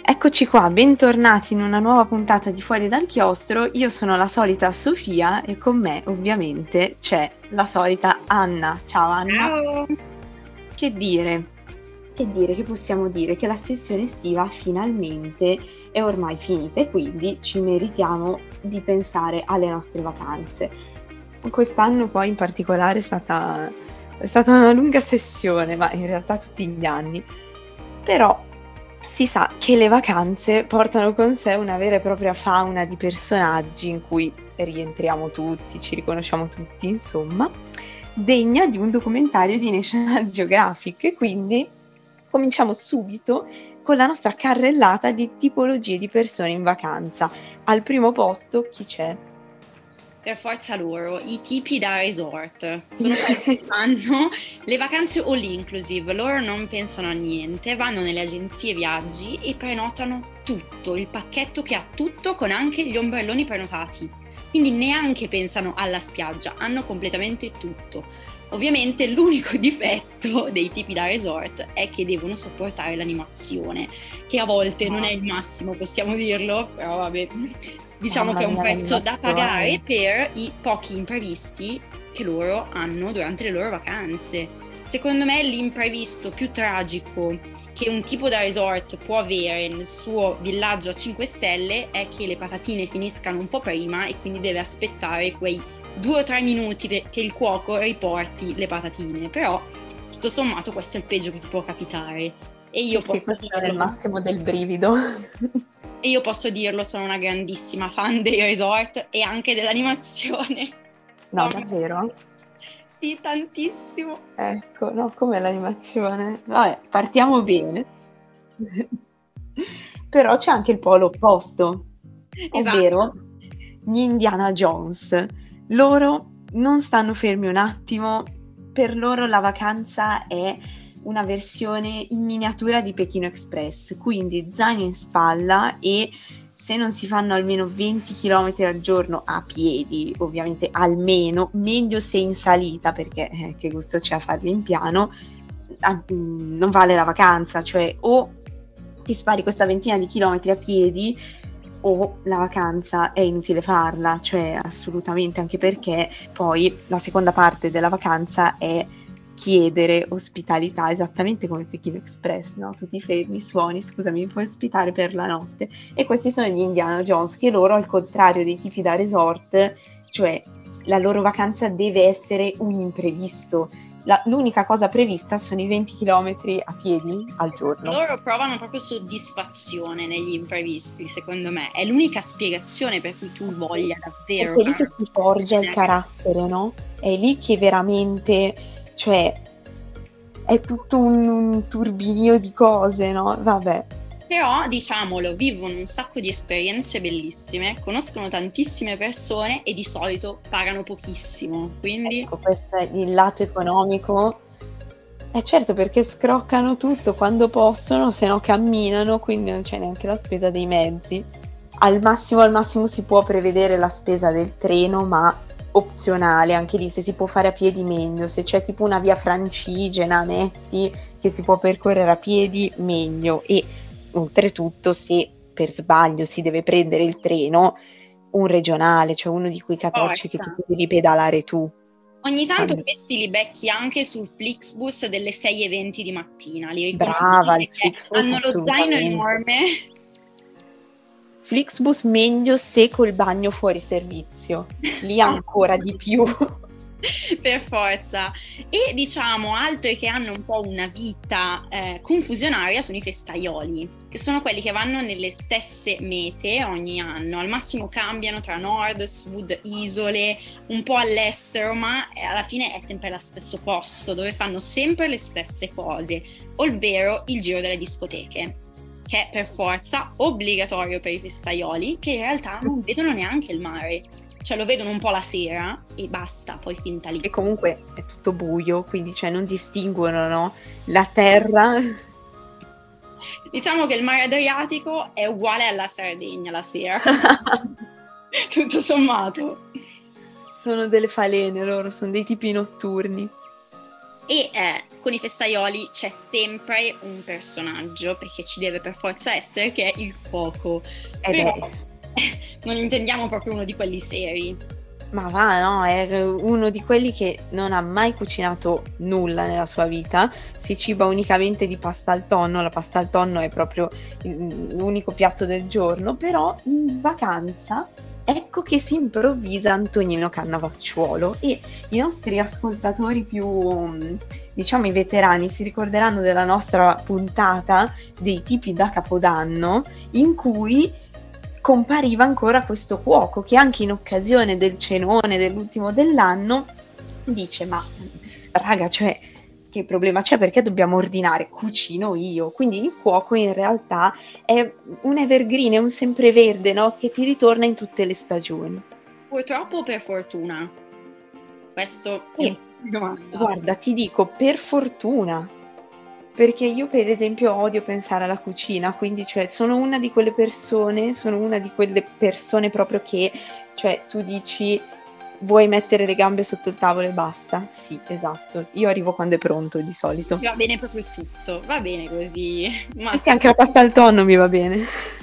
Eccoci qua, bentornati in una nuova puntata di Fuori dal Chiostro. Io sono la solita Sofia e con me ovviamente c'è la solita Anna. Ciao Anna. Ciao! Che dire? Che possiamo dire? Che la sessione estiva finalmente è ormai finita e quindi ci meritiamo di pensare alle nostre vacanze. Quest'anno poi in particolare è stata una lunga sessione, ma in realtà tutti gli anni. Però si sa che le vacanze portano con sé una vera e propria fauna di personaggi in cui rientriamo tutti, ci riconosciamo tutti, insomma, degna di un documentario di National Geographic. E quindi cominciamo subito con la nostra carrellata di tipologie di persone in vacanza. Al primo posto chi c'è? Per forza loro, i tipi da resort. Sono quelli che fanno le vacanze all inclusive, loro non pensano a niente, vanno nelle agenzie viaggi e prenotano tutto, il pacchetto che ha tutto con anche gli ombrelloni prenotati. Quindi neanche pensano alla spiaggia, hanno completamente tutto. Ovviamente l'unico difetto dei tipi da resort è che devono sopportare l'animazione, che a volte non è il massimo, possiamo dirlo, però vabbè. Diciamo che è un prezzo da pagare per i pochi imprevisti che loro hanno durante le loro vacanze. Secondo me l'imprevisto più tragico che un tipo da resort può avere nel suo villaggio a 5 stelle è che le patatine finiscano un po' prima e quindi deve aspettare quei 2 o 3 minuti che il cuoco riporti le patatine. Però tutto sommato questo è il peggio che ti può capitare. E io Sì, questo è il massimo del brivido. E io posso dirlo, sono una grandissima fan dei resort e anche dell'animazione. No, davvero? Sì, tantissimo. Ecco, no, come l'animazione. Vabbè, partiamo bene. Però c'è anche il polo opposto, Esatto. ovvero gli Indiana Jones. Loro non stanno fermi un attimo, per loro la vacanza è una versione in miniatura di Pechino Express, quindi zaino in spalla e se non si fanno almeno 20 km al giorno a piedi, ovviamente almeno, meglio se in salita, perché che gusto c'è a farli in piano, non vale la vacanza, cioè o ti spari questa ventina di chilometri a piedi o la vacanza è inutile farla, cioè assolutamente, anche perché poi la seconda parte della vacanza è chiedere ospitalità, esattamente come Pechino Express, no? Tu ti fermi, suoni, scusami, mi puoi ospitare per la notte? E questi sono gli Indiana Jones, che loro, al contrario dei tipi da resort, cioè la loro vacanza deve essere un imprevisto. L'unica cosa prevista sono i 20 km a piedi al giorno. Loro provano proprio soddisfazione negli imprevisti, secondo me. È l'unica spiegazione per cui tu voglia davvero. Perché è lì che si forgia il carattere, no? È lì che veramente, cioè, è tutto un turbinio di cose, no? Vabbè. Però, diciamolo, vivono un sacco di esperienze bellissime, conoscono tantissime persone e di solito pagano pochissimo, quindi... Ecco, questo è il lato economico. Certo, perché scroccano tutto quando possono, se no camminano, quindi non c'è neanche la spesa dei mezzi. Al massimo si può prevedere la spesa del treno, ma opzionale, anche lì se si può fare a piedi meglio, se c'è tipo una via Francigena, metti che si può percorrere a piedi meglio, e oltretutto se per sbaglio si deve prendere il treno, un regionale, cioè uno di quei catorci che ti devi pedalare tu. Ogni tanto questi li becchi anche sul Flixbus delle 6:20 di mattina, li riconosci Brava, il perché Flixbus hanno lo zaino assolutamente. enorme. Flixbus meglio se col bagno fuori servizio, lì ancora di più. Per forza. E diciamo altri che hanno un po' una vita confusionaria sono i festaioli, che sono quelli che vanno nelle stesse mete ogni anno, al massimo cambiano tra nord, sud, isole, un po' all'estero, ma alla fine è sempre lo stesso posto dove fanno sempre le stesse cose, ovvero il giro delle discoteche, che è per forza obbligatorio per i festaioli, che in realtà non vedono neanche il mare. Cioè lo vedono un po' la sera e basta, poi finta lì. E comunque è tutto buio, quindi cioè non distinguono, no? La terra. Diciamo che il mare Adriatico è uguale alla Sardegna la sera. Tutto sommato. Sono delle falene loro, sono dei tipi notturni. E con i festaioli c'è sempre un personaggio, perché ci deve per forza essere, che è il cuoco. Però non intendiamo proprio uno di quelli seri. Ma va, no, è uno di quelli che non ha mai cucinato nulla nella sua vita, si ciba unicamente di pasta al tonno, la pasta al tonno è proprio l'unico piatto del giorno, però in vacanza ecco che si improvvisa Antonino Cannavacciuolo e i nostri ascoltatori più, diciamo, i veterani si ricorderanno della nostra puntata dei tipi da Capodanno in cui compariva ancora questo cuoco che anche in occasione del cenone dell'ultimo dell'anno dice: ma raga, cioè, che problema c'è? Perché dobbiamo ordinare? Cucino io. Quindi il cuoco in realtà è un evergreen, è un sempreverde, no? Che ti ritorna in tutte le stagioni. Purtroppo o per fortuna? Questo è una domanda. Guarda, ti dico per fortuna, perché io per esempio odio pensare alla cucina, quindi cioè sono una di quelle persone proprio che, cioè tu dici vuoi mettere le gambe sotto il tavolo e basta? Sì, esatto, io arrivo quando è pronto di solito. Va bene proprio tutto, va bene così. Ma Sì, anche la pasta al tonno mi va bene.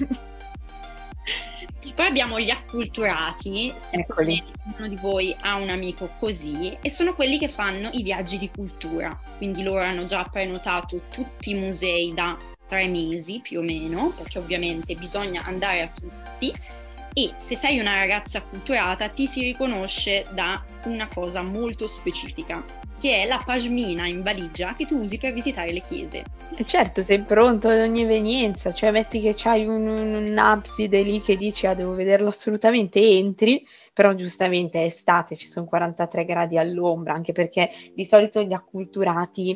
poi abbiamo gli acculturati, sicuramente uno di voi ha un amico così, e sono quelli che fanno i viaggi di cultura, quindi loro hanno già prenotato tutti i musei da 3 mesi più o meno, perché ovviamente bisogna andare a tutti, e se sei una ragazza acculturata ti si riconosce da una cosa molto specifica, che è la pashmina in valigia che tu usi per visitare le chiese. E certo, sei pronto ad ogni evenienza, cioè metti che c'hai un'abside lì che dici devo vederlo assolutamente, entri, però giustamente è estate, ci sono 43 gradi all'ombra, anche perché di solito gli acculturati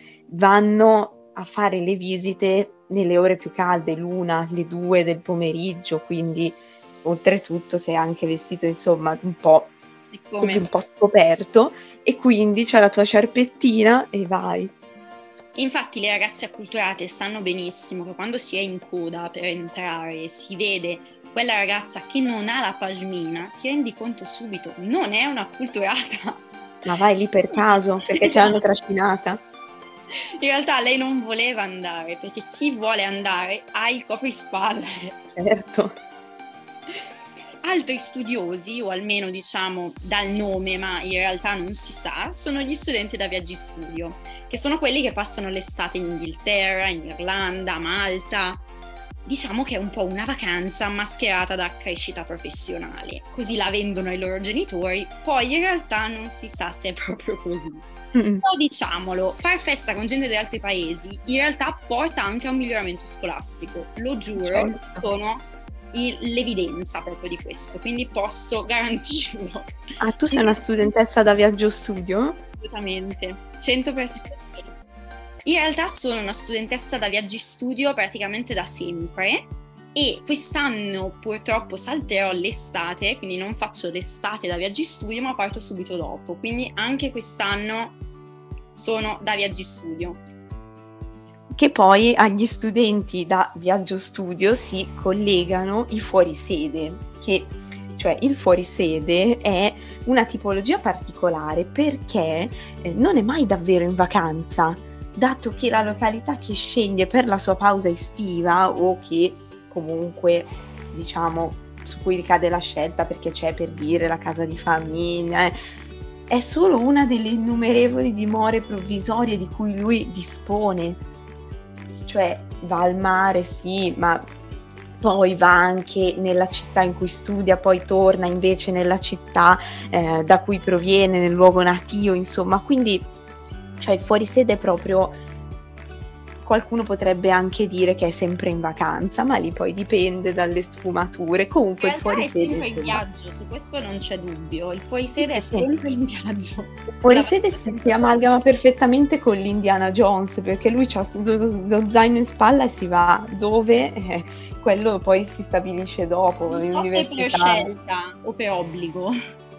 vanno a fare le visite nelle ore più calde, l'1, le 2 del pomeriggio, quindi oltretutto sei anche vestito insomma un po' così, un po' scoperto, e quindi c'è la tua sciarpettina e vai. Infatti le ragazze acculturate sanno benissimo che quando si è in coda per entrare e si vede quella ragazza che non ha la pashmina, ti rendi conto subito, non è un'acculturata. Ma vai lì per caso, perché ce l'hanno trascinata? In realtà lei non voleva andare, perché chi vuole andare ha il coprispalle. Certo. Altri studiosi, o almeno diciamo dal nome, ma in realtà non si sa, sono gli studenti da viaggi studio, che sono quelli che passano l'estate in Inghilterra, in Irlanda, Malta. Diciamo che è un po' una vacanza mascherata da crescita professionale, così la vendono ai loro genitori, poi in realtà non si sa se è proprio così. Però diciamolo, far festa con gente di altri paesi in realtà porta anche a un miglioramento scolastico, lo giuro, certo. sono l'evidenza proprio di questo, quindi posso garantirlo. Ah, tu sei una studentessa da viaggio studio? Assolutamente, 100%. In realtà sono una studentessa da viaggi studio praticamente da sempre e quest'anno purtroppo salterò l'estate, quindi non faccio l'estate da viaggi studio ma parto subito dopo, quindi anche quest'anno sono da viaggi studio. Che poi agli studenti da viaggio studio si collegano i fuorisede, che cioè il fuorisede è una tipologia particolare perché non è mai davvero in vacanza, dato che la località che sceglie per la sua pausa estiva o che comunque diciamo su cui ricade la scelta perché c'è per dire la casa di famiglia, è solo una delle innumerevoli dimore provvisorie di cui lui dispone. Cioè va al mare, sì, ma poi va anche nella città in cui studia, poi torna invece nella città da cui proviene, nel luogo natio, insomma. Quindi, cioè il fuorisede è proprio, qualcuno potrebbe anche dire che è sempre in vacanza, ma lì poi dipende dalle sfumature. Comunque il fuorisede è sempre in viaggio, su questo non c'è dubbio. Il fuorisede è sempre in viaggio. Il fuorisede si amalgama perfettamente con l'Indiana Jones, perché lui ha lo zaino in spalla e si va dove quello poi si stabilisce dopo. Non so se per scelta o per obbligo.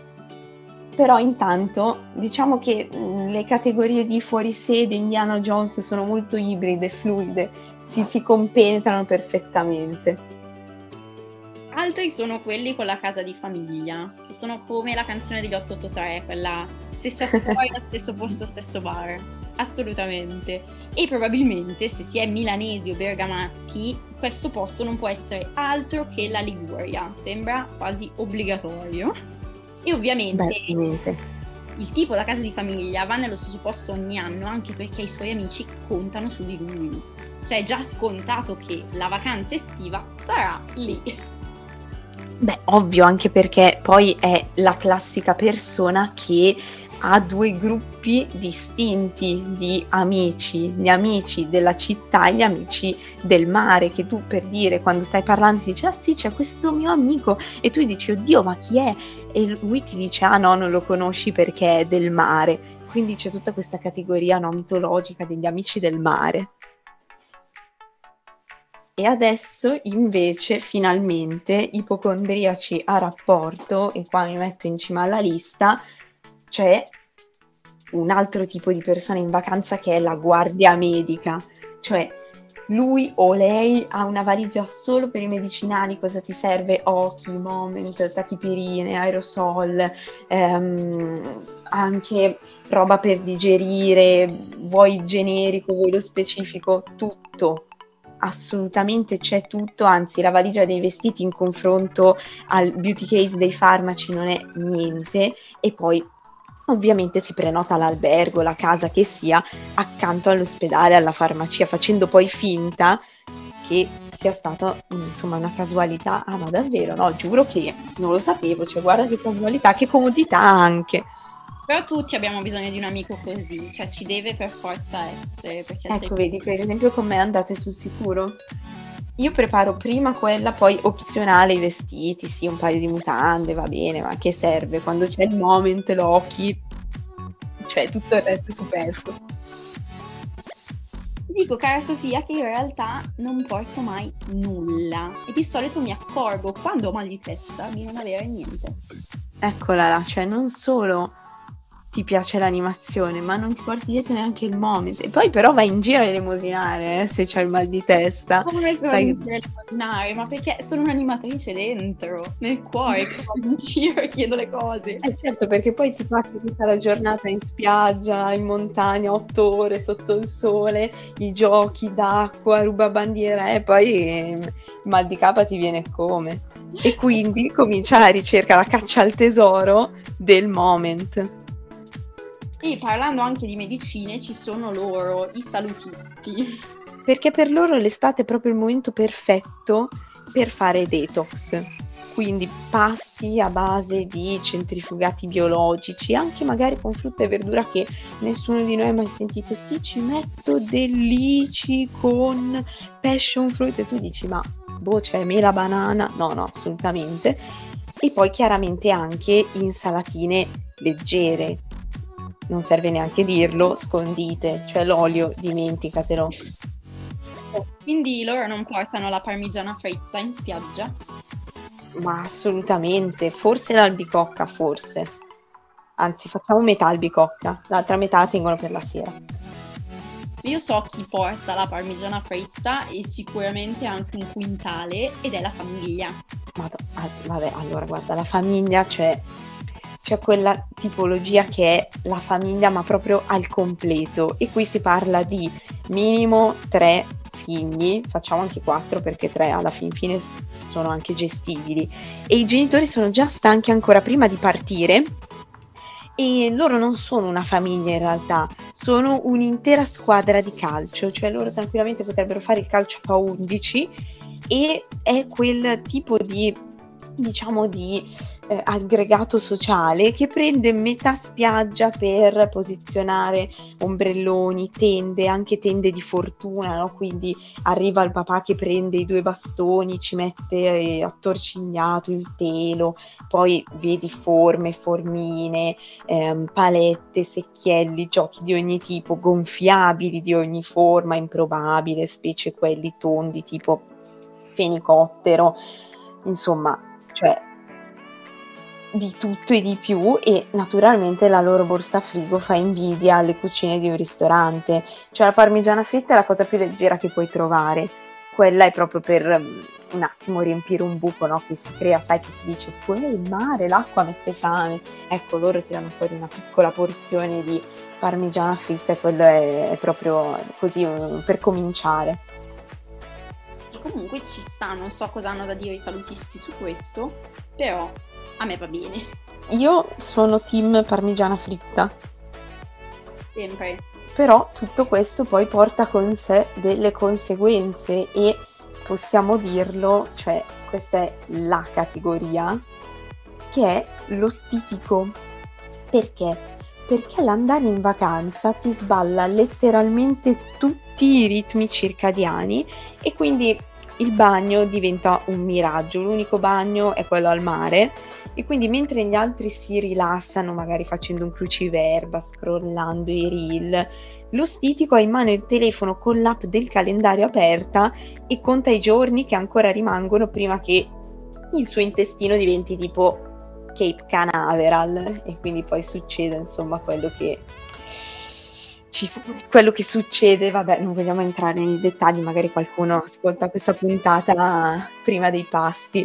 Però intanto diciamo che le categorie di fuorisede Indiana Jones sono molto ibride, fluide, si compenetrano perfettamente. Altri sono quelli con la casa di famiglia, che sono come la canzone degli 883, quella stessa storia, stesso posto, stesso bar. Assolutamente. E probabilmente se si è milanesi o bergamaschi, questo posto non può essere altro che la Liguria. Sembra quasi obbligatorio. E ovviamente il tipo da casa di famiglia va nello stesso posto ogni anno anche perché i suoi amici contano su di lui. Cioè è già scontato che la vacanza estiva sarà lì. Beh, ovvio, anche perché poi è la classica persona che ha due gruppi distinti di amici, gli amici della città e gli amici del mare, che tu per dire quando stai parlando ti dici ah sì c'è questo mio amico e tu dici oddio ma chi è? E lui ti dice ah no non lo conosci perché è del mare, quindi c'è tutta questa categoria no, mitologica degli amici del mare. E adesso invece finalmente ipocondriaci a rapporto, e qua mi metto in cima alla lista, c'è un altro tipo di persona in vacanza che è la guardia medica, cioè lui o lei ha una valigia solo per i medicinali, cosa ti serve? Occhi, Moment, tachipirine, aerosol, anche roba per digerire, vuoi generico, vuoi lo specifico, tutto. Assolutamente c'è tutto, anzi la valigia dei vestiti in confronto al beauty case dei farmaci non è niente e poi ovviamente si prenota l'albergo, la casa che sia, accanto all'ospedale, alla farmacia, facendo poi finta che sia stata insomma una casualità. Ah ma davvero? No, giuro che non lo sapevo, cioè guarda che casualità, che comodità anche. Però tutti abbiamo bisogno di un amico così, cioè ci deve per forza essere. Perché ecco, vedi, per esempio con me andate sul sicuro? Io preparo prima quella, poi opzionale i vestiti, sì, un paio di mutande, va bene, ma che serve? Quando c'è il Moment, l'occhi, cioè tutto il resto è superfluo. Dico, cara Sofia, che io in realtà non porto mai nulla e di solito mi accorgo quando ho mal di testa di non avere niente. Eccola là, cioè non solo ti piace l'animazione, ma non ti porti dietro neanche il Moment. E poi però vai in giro a elemosinare, se c'hai il mal di testa. Come sono in giro a elemosinare? Ma perché sono un'animatrice dentro, nel cuore, che vado in giro e chiedo le cose. Certo, perché poi ti passi tutta la giornata in spiaggia, in montagna, 8 ore sotto il sole, i giochi d'acqua, rubabandiera e poi il mal di capa ti viene come. E quindi comincia la ricerca, la caccia al tesoro del Moment. E parlando anche di medicine, ci sono loro, i salutisti. Perché per loro l'estate è proprio il momento perfetto per fare detox. Quindi pasti a base di centrifugati biologici, anche magari con frutta e verdura che nessuno di noi ha mai sentito. Sì, ci metto del lici con passion fruit e tu dici ma boh, c'è mela, banana? No, no, assolutamente. E poi chiaramente anche insalatine leggere. Non serve neanche dirlo, scondite, cioè l'olio, dimenticatelo. Quindi loro non portano la parmigiana fritta in spiaggia? Ma assolutamente, forse l'albicocca, forse. Anzi, facciamo metà albicocca, l'altra metà la tengono per la sera. Io so chi porta la parmigiana fritta e sicuramente anche un quintale ed è la famiglia. Vabbè, allora guarda, la famiglia c'è quella tipologia che è la famiglia ma proprio al completo e qui si parla di minimo 3 figli, facciamo anche 4 perché 3 alla fine sono anche gestibili e i genitori sono già stanchi ancora prima di partire e loro non sono una famiglia in realtà, sono un'intera squadra di calcio, cioè loro tranquillamente potrebbero fare il calcio a 11 e è quel tipo di diciamo di aggregato sociale che prende metà spiaggia per posizionare ombrelloni, tende, anche tende di fortuna, no? Quindi arriva il papà che prende i 2 bastoni, ci mette attorcigliato il telo, poi vedi forme, formine, palette, secchielli, giochi di ogni tipo, gonfiabili di ogni forma improbabile, specie quelli tondi tipo fenicottero, insomma, cioè di tutto e di più e naturalmente la loro borsa frigo fa invidia alle cucine di un ristorante, cioè la parmigiana fritta è la cosa più leggera che puoi trovare quella è proprio per un attimo riempire un buco, no, che si crea, sai, che si dice tipo il mare, l'acqua mette fame. Ecco, loro tirano fuori una piccola porzione di parmigiana fritta e quello è proprio così per cominciare. E comunque ci sta, non so cosa hanno da dire i salutisti su questo, però a me va bene. Io sono team parmigiana fritta. Sempre. Però tutto questo poi porta con sé delle conseguenze e possiamo dirlo, cioè questa è la categoria che è lo stitico. Perché? Perché l'andare in vacanza ti sballa letteralmente tutti i ritmi circadiani e quindi il bagno diventa un miraggio, l'unico bagno è quello al mare e quindi mentre gli altri si rilassano magari facendo un cruciverba, scrollando i reel, lo stitico ha in mano il telefono con l'app del calendario aperta e conta i giorni che ancora rimangono prima che il suo intestino diventi tipo Cape Canaveral e quindi poi succede insomma quello che succede, vabbè, non vogliamo entrare nei dettagli, magari qualcuno ascolta questa puntata prima dei pasti.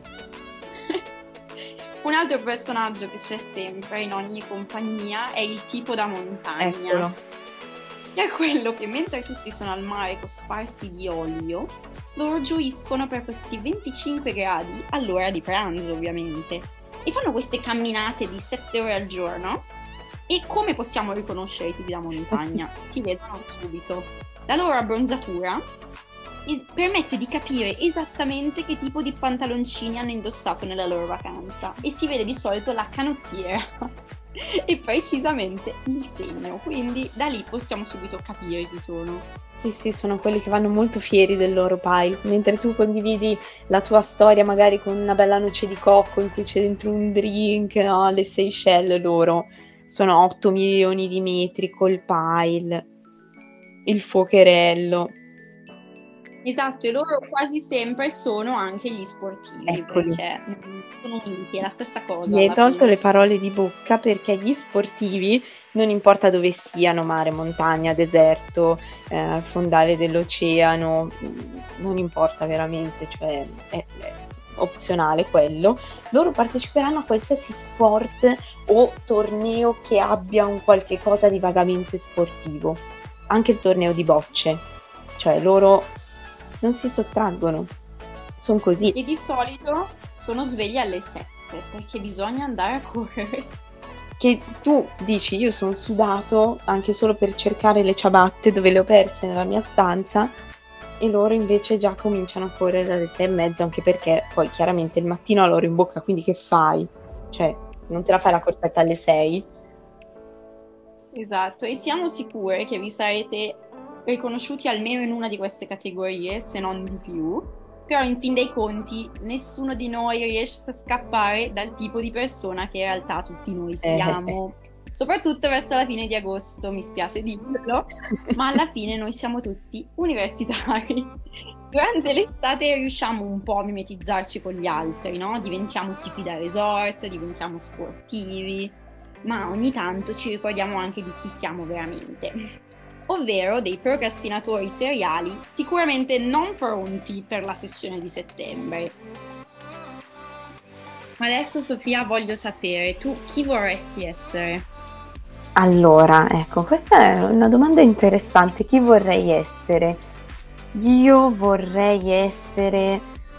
Un altro personaggio che c'è sempre in ogni compagnia è il tipo da montagna. Eccolo. Che è quello che mentre tutti sono al mare cosparsi di olio, loro gioiscono per questi 25 gradi all'ora di pranzo, ovviamente. E fanno queste camminate di 7 ore al giorno. E come possiamo riconoscere i tipi da montagna? Si vedono subito. La loro abbronzatura permette di capire esattamente che tipo di pantaloncini hanno indossato nella loro vacanza e si vede di solito la canottiera e precisamente il segno, quindi da lì possiamo subito capire chi sono. Sì, sono quelli che vanno molto fieri del loro pile, mentre tu condividi la tua storia magari con una bella noce di cocco in cui c'è dentro un drink, no? Le Seychelles, loro sono 8 milioni di metri col pile, il fuocherello. Esatto, e loro quasi sempre sono anche gli sportivi, Eccoli. perché sono uniti, è la stessa cosa. Mi hai alla tolto fine. le parole di bocca perché gli sportivi, non importa dove siano, mare, montagna, deserto, fondale dell'oceano, non importa veramente, cioè è opzionale quello, loro parteciperanno a qualsiasi sport o torneo che abbia un qualche cosa di vagamente sportivo, anche il torneo di bocce, cioè loro non si sottraggono, sono così. E di solito sono svegli alle 7 perché bisogna andare a correre. Che tu dici io sono sudato anche solo per cercare le ciabatte dove le ho perse nella mia stanza e loro invece già cominciano a correre alle 6:30, anche perché poi chiaramente il mattino ha l'oro in bocca, quindi che fai? Cioè, non te la fai la corsetta alle 6? Esatto, e siamo sicure che vi sarete riconosciuti almeno in una di queste categorie, se non di più, però in fin dei conti nessuno di noi riesce a scappare dal tipo di persona che in realtà tutti noi siamo, soprattutto verso la fine di agosto, mi spiace dirlo, ma alla fine noi siamo tutti universitari. Durante l'estate riusciamo un po' a mimetizzarci con gli altri, no? Diventiamo tipi da resort, diventiamo sportivi, ma ogni tanto ci ricordiamo anche di chi siamo veramente, ovvero dei procrastinatori seriali sicuramente non pronti per la sessione di settembre. Ma adesso, Sofia, voglio sapere, tu chi vorresti essere? Allora, ecco, questa è una domanda interessante. Chi vorrei essere? Io vorrei essere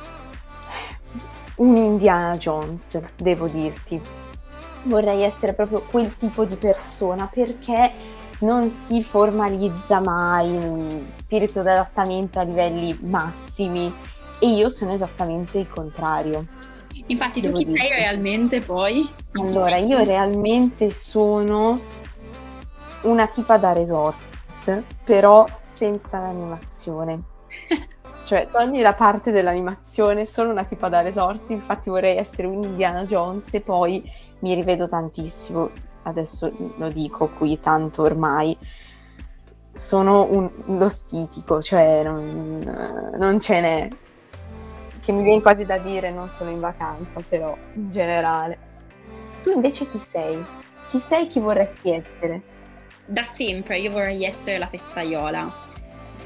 un Indiana Jones, devo dirti. Vorrei essere proprio quel tipo di persona perché non si formalizza mai in spirito di adattamento a livelli massimi e io sono esattamente il contrario. Infatti, tu Devo chi dirti. sei realmente poi? Allora, io realmente sono una tipa da resort, però senza l'animazione. Cioè, togli la parte dell'animazione, sono una tipa da resort, infatti vorrei essere un Indiana Jones e poi mi rivedo tantissimo, adesso lo dico qui tanto ormai, sono lo stitico, cioè non ce n'è, che mi viene quasi da dire non solo in vacanza, però in generale. Tu invece chi sei? Chi sei, chi vorresti essere? Da sempre io vorrei essere la festaiola.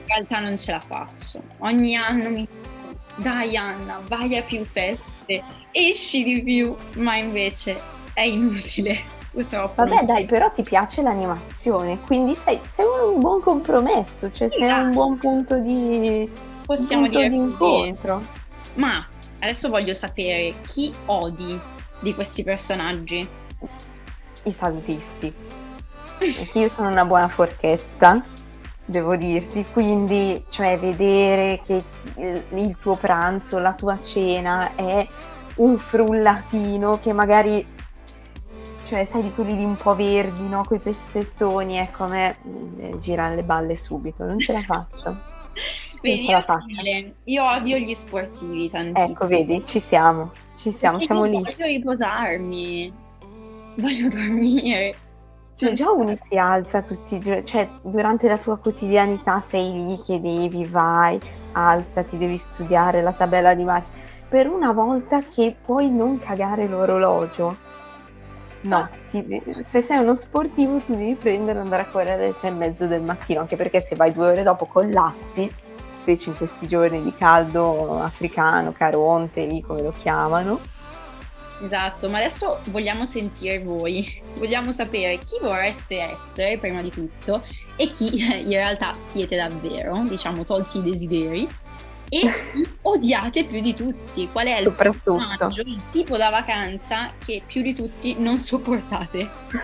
realtà non ce la faccio. Ogni anno mi dico, dai Anna, vai a più feste, esci di più, ma invece è inutile. Purtroppo. Vabbè, dai, però ti piace l'animazione, quindi sei un buon compromesso, cioè sei un buon punto di Possiamo dire di così. incontro. Ma adesso voglio sapere chi odi di questi personaggi. I salutisti. Perché io sono una buona forchetta, devo dirti, quindi cioè vedere che il tuo pranzo, la tua cena è un frullatino che magari, cioè sai, di quelli lì un po' verdi, no? Quei pezzettoni, ecco, a me girano le balle subito, non ce la faccio. Vedi, io odio gli sportivi tantissimo. Ecco, vedi, ci siamo, siamo lì. Voglio riposarmi, voglio dormire. Cioè, già uno si alza tutti i giorni, cioè durante la tua quotidianità sei lì che vai, alzati, devi studiare la tabella di marcia. Per una volta che puoi non cagare l'orologio, no, se sei uno sportivo tu devi prendere e andare a correre alle 6:30 del mattino, anche perché se vai 2 ore dopo collassi, specie in questi giorni di caldo africano, Caronte, lì come lo chiamano. Esatto, ma adesso vogliamo sentire voi, vogliamo sapere chi vorreste essere prima di tutto e chi in realtà siete davvero, diciamo tolti i desideri, e chi odiate più di tutti. Qual è il personaggio, il tipo da vacanza che più di tutti non sopportate?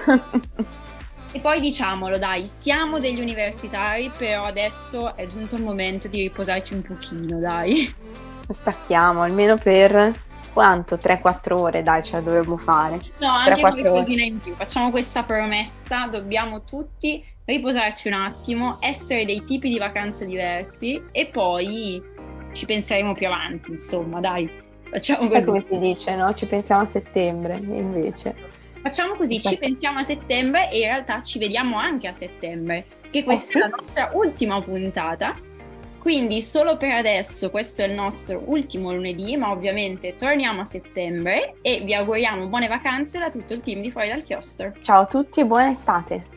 E poi diciamolo, dai, siamo degli universitari, però adesso è giunto il momento di riposarci un pochino, dai. Stacchiamo, almeno per quanto? 3-4 ore, dai, ce la dovremmo fare. No, anche qualcosina in più. Facciamo questa promessa, dobbiamo tutti riposarci un attimo, essere dei tipi di vacanze diversi e poi ci penseremo più avanti, insomma, dai, facciamo così. Sai come si dice, no? Ci pensiamo a settembre, invece. Facciamo così, ci pensiamo a settembre e in realtà ci vediamo anche a settembre, che questa è la nostra ultima puntata. Quindi solo per adesso questo è il nostro ultimo lunedì, ma ovviamente torniamo a settembre e vi auguriamo buone vacanze da tutto il team di Fuori dal Chiostro. Ciao a tutti e buona estate!